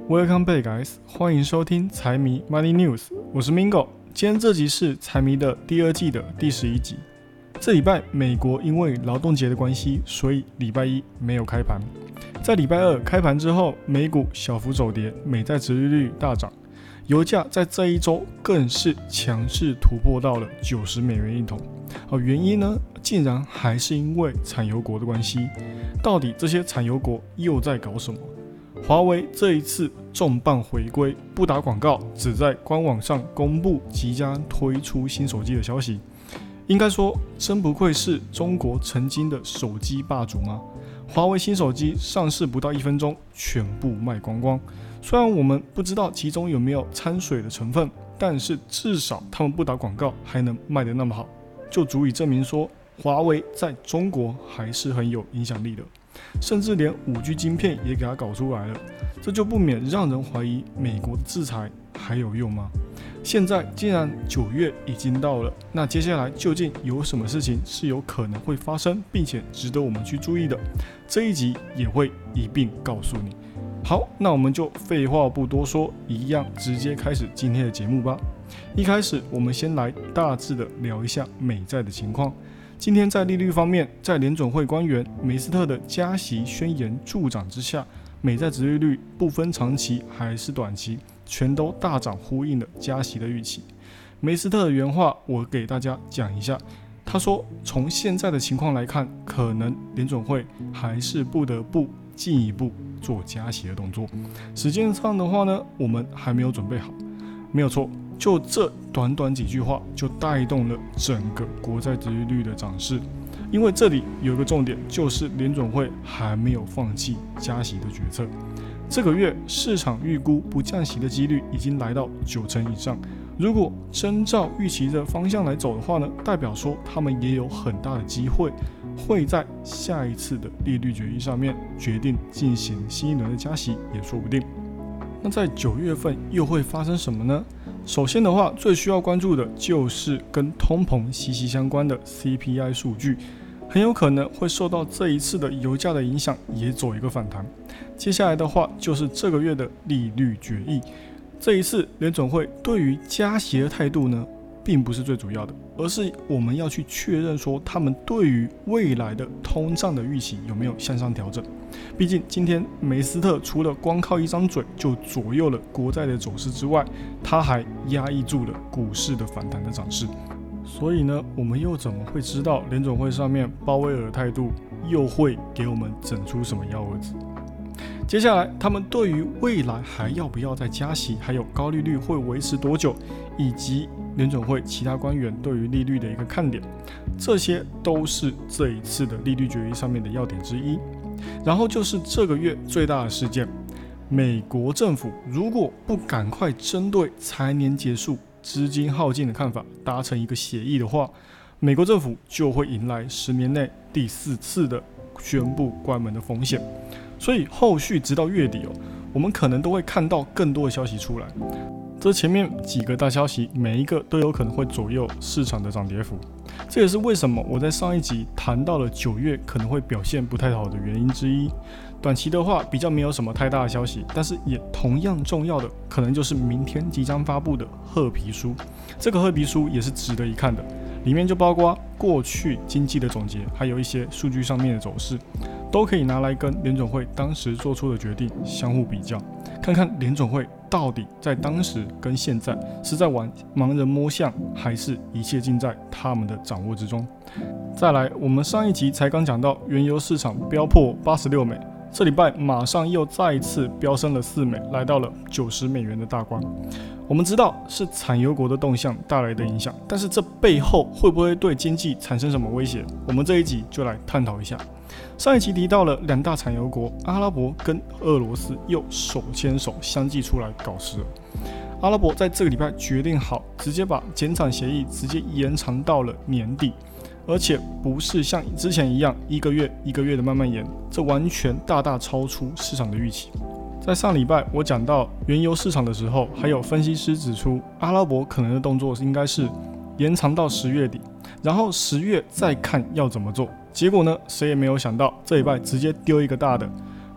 Welcome back, guys！ 欢迎收听财迷 Money News， 我是 Mingo。今天这集是财迷的第二季的第11集。这礼拜美国因为劳动节的关系，所以礼拜一没有开盘。在礼拜二开盘之后，美股小幅走跌，美债殖利率大涨，油价在这一周更是强势突破到了$90一桶。原因呢，竟然还是因为产油国的关系。到底这些产油国又在搞什么？华为这一次重磅回归，不打广告，只在官网上公布即将推出新手机的消息。应该说，真不愧是中国曾经的手机霸主吗？华为新手机上市不到1分钟，全部卖光光。虽然我们不知道其中有没有掺水的成分，但是至少他们不打广告还能卖得那么好，就足以证明说华为在中国还是很有影响力的。甚至连 5G 晶片也给它搞出来了，这就不免让人怀疑美国的制裁还有用吗？现在既然9月已经到了，那接下来究竟有什么事情是有可能会发生，并且值得我们去注意的？这一集也会一并告诉你。好，那我们就废话不多说，一样直接开始今天的节目吧。一开始我们先来大致的聊一下美债的情况。今天在利率方面，在联准会官员梅斯特的加息宣言助长之下，美债殖利率不分长期还是短期，全都大涨，呼应了加息的预期。梅斯特的原话我给大家讲一下，他说从现在的情况来看，可能联准会还是不得不进一步做加息的动作。时间上的话呢，我们还没有准备好，没有错。就这短短几句话，就带动了整个国债殖利率的涨势。因为这里有一个重点，就是联准会还没有放弃加息的决策。这个月市场预估不降息的几率已经来到90%以上。如果真照预期的方向来走的话呢，代表说他们也有很大的机会会在下一次的利率决议上面决定进行新一轮的加息，也说不定。那在9月份又会发生什么呢？首先的话，最需要关注的就是跟通膨息息相关的 CPI 数据，很有可能会受到这一次的油价的影响，也走一个反弹。接下来的话，就是这个月的利率决议。这一次联准会对于加息的态度呢，并不是最主要的，而是我们要去确认说，他们对于未来的通胀的预期有没有向上调整。毕竟今天梅斯特除了光靠一张嘴就左右了国债的走势之外，他还压抑住了股市的反弹的涨势。所以呢，我们又怎么会知道联准会上面鲍威尔的态度又会给我们整出什么幺蛾子？接下来他们对于未来还要不要再加息，还有高利率会维持多久，以及联准会其他官员对于利率的一个看点，这些都是这一次的利率决议上面的要点之一。然后就是这个月最大的事件，美国政府如果不赶快针对财年结束资金耗尽的看法达成一个协议的话，美国政府就会迎来10年内第4次的宣布关门的风险。所以后续直到月底我们可能都会看到更多的消息出来。这前面几个大消息，每一个都有可能会左右市场的涨跌幅。这也是为什么我在上一集谈到了9月可能会表现不太好的原因之一。短期的话比较没有什么太大的消息，但是也同样重要的可能就是明天即将发布的褐皮书。这个褐皮书也是值得一看的，里面就包括过去经济的总结，还有一些数据上面的走势，都可以拿来跟联准会当时做出的决定相互比较，看看联准会到底在当时跟现在是在玩盲人摸象，还是一切尽在他们的掌握之中。再来，我们上一集才刚讲到原油市场飙破86美，这礼拜马上又再一次飙升了4美，来到了$90的大关。我们知道是产油国的动向带来的影响，但是这背后会不会对经济产生什么威胁？我们这一集就来探讨一下。上一集提到了2大产油国阿拉伯跟俄罗斯又手牵手相继出来搞事了。阿拉伯在这个礼拜决定好，直接把减产协议直接延长到了年底，而且不是像之前一样一个月一个月的慢慢延，这完全大大超出市场的预期。在上礼拜我讲到原油市场的时候，还有分析师指出，阿拉伯可能的动作应该是延长到10月底，然后10月再看要怎么做。结果呢，谁也没有想到这礼拜直接丢一个大的，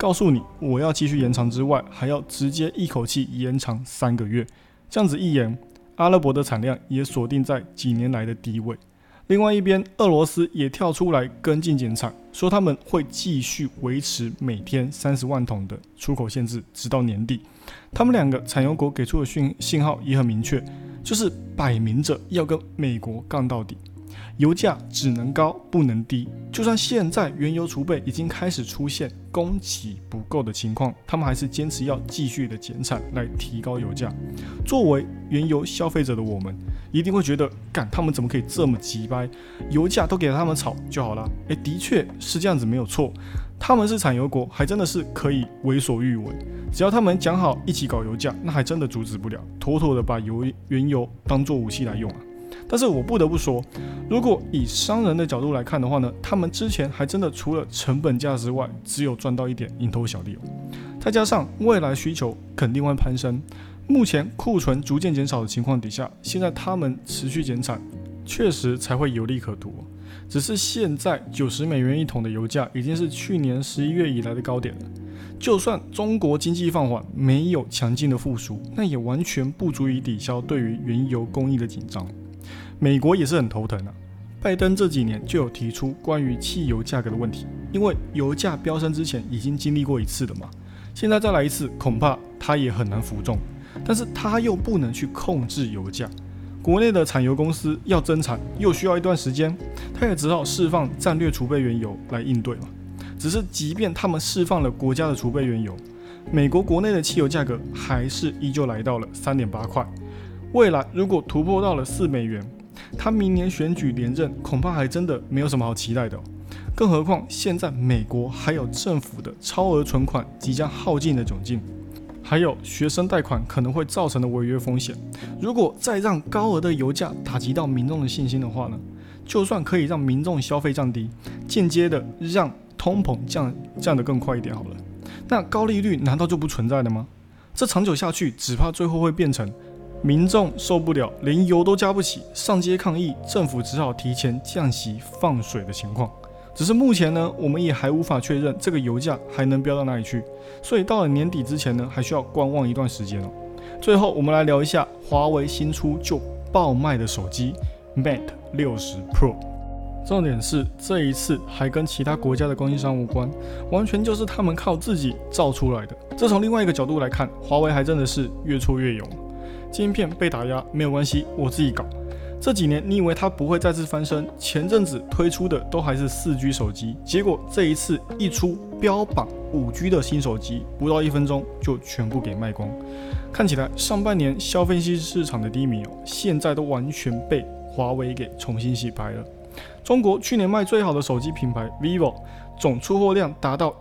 告诉你我要继续延长之外，还要直接一口气延长3个月。这样子一延，阿拉伯的产量也锁定在几年来的低位。另外一边，俄罗斯也跳出来跟进减产，说他们会继续维持每天30万桶的出口限制，直到年底。他们两个产油国给出的信号也很明确，就是摆明着要跟美国杠到底。油价只能高不能低，就算现在原油储备已经开始出现供给不够的情况，他们还是坚持要继续的减产来提高油价。作为原油消费者的我们，一定会觉得，干他们怎么可以这么鸡掰？油价都给他们炒就好了。的确是这样子没有错，他们是产油国，还真的是可以为所欲为。只要他们讲好一起搞油价，那还真的阻止不了，妥妥的把原油当作武器来用啊。但是我不得不说，如果以商人的角度来看的话呢，他们之前还真的除了成本价之外，只有赚到一点蝇头小利哦。再加上未来需求肯定会攀升，目前库存逐渐减少的情况底下，现在他们持续减产，确实才会有利可图哦。只是现在$90一桶的油价已经是去年11月以来的高点了。就算中国经济放缓，没有强劲的复苏，那也完全不足以抵消对于原油供应的紧张。美国也是很头疼啊，拜登这几年就有提出关于汽油价格的问题，因为油价飙升之前已经经历过一次了嘛，现在再来一次，恐怕他也很难服众。但是他又不能去控制油价，国内的产油公司要增产又需要一段时间，他也只好释放战略储备原油来应对嘛。只是即便他们释放了国家的储备原油，美国国内的汽油价格还是依旧来到了3.8块。未来如果突破到了$4，他明年选举连任，恐怕还真的没有什么好期待的哦。更何况现在美国还有政府的超额存款即将耗尽的窘境，还有学生贷款可能会造成的违约风险。如果再让高额的油价打击到民众的信心的话呢，就算可以让民众消费降低，间接的让通膨降得更快一点好了，那高利率难道就不存在了吗？这长久下去，只怕最后会变成民众受不了，连油都加不起，上街抗议，政府只好提前降息放水的情况。只是目前呢，我们也还无法确认这个油价还能飙到哪里去，所以到了年底之前呢，还需要观望一段时间哦。最后，我们来聊一下华为新出就爆卖的手机 Mate 60 Pro。重点是这一次还跟其他国家的供应商无关，完全就是他们靠自己造出来的。这从另外一个角度来看，华为还真的是越挫越勇。晶片被打压没有关系，我自己搞。这几年你以为它不会再次翻身？前阵子推出的都还是4G 手机，结果这一次一出标榜5G 的新手机，不到1分钟就全部给卖光。看起来上半年消费性市场的低迷现在都完全被华为给重新洗牌了。中国去年卖最好的手机品牌 vivo 总出货量达到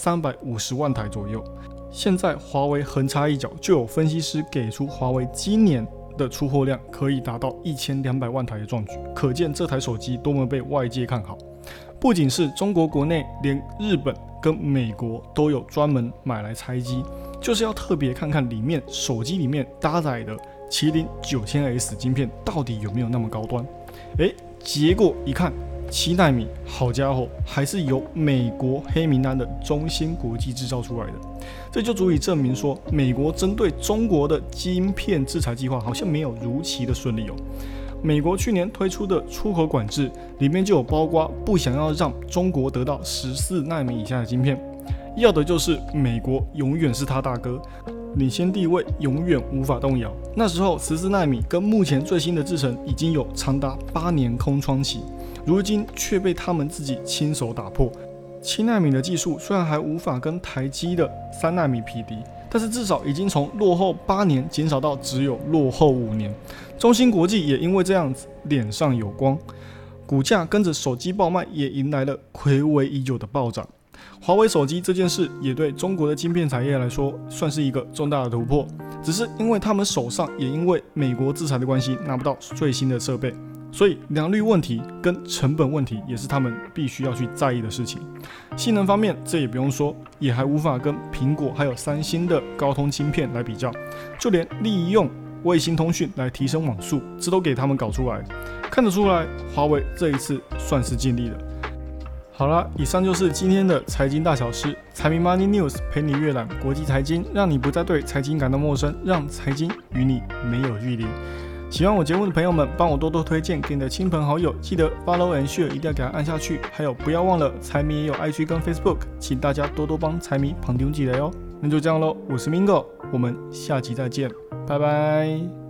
1350万台左右，现在华为横插一脚，就有分析师给出华为今年的出货量可以达到1200万台的壮举，可见这台手机多么被外界看好。不仅是中国国内，连日本跟美国都有专门买来拆机，就是要特别看看手机里面搭载的麒麟 9000S 晶片到底有没有那么高端。结果一看7奈米，好家伙，还是由美国黑名单的中芯国际制造出来的，这就足以证明说，美国针对中国的晶片制裁计划好像没有如期的顺利哦。美国去年推出的出口管制里面就有包括不想要让中国得到14奈米以下的晶片，要的就是美国永远是他大哥，领先地位永远无法动摇。那时候14奈米跟目前最新的制程已经有长达8年空窗期，如今却被他们自己亲手打破。7奈米的技术虽然还无法跟台积的3奈米匹敌，但是至少已经从落后8年减少到只有落后5年。中芯国际也因为这样子脸上有光，股价跟着手机爆卖，也迎来了睽违已久的暴涨。华为手机这件事也对中国的晶片产业来说算是一个重大的突破，只是因为他们手上也因为美国制裁的关系拿不到最新的设备，所以良率问题跟成本问题也是他们必须要去在意的事情。性能方面这也不用说，也还无法跟苹果还有三星的高通晶片来比较，就连利用卫星通讯来提升网速，这都给他们搞出来，看得出来华为这一次算是尽力了。 好啦，以上就是今天的财经大小事，财迷 Money News 陪你阅览国际财经，让你不再对财经感到陌生，让财经与你没有距离。喜欢我节目的朋友们，帮我多多推荐给你的亲朋好友，记得 Follow and Share 一定要给它按下去。还有不要忘了，财迷也有 IG 跟 Facebook， 请大家多多帮财迷捧场几雷哦。那就这样咯，我是 Mingo， 我们下集再见，拜拜。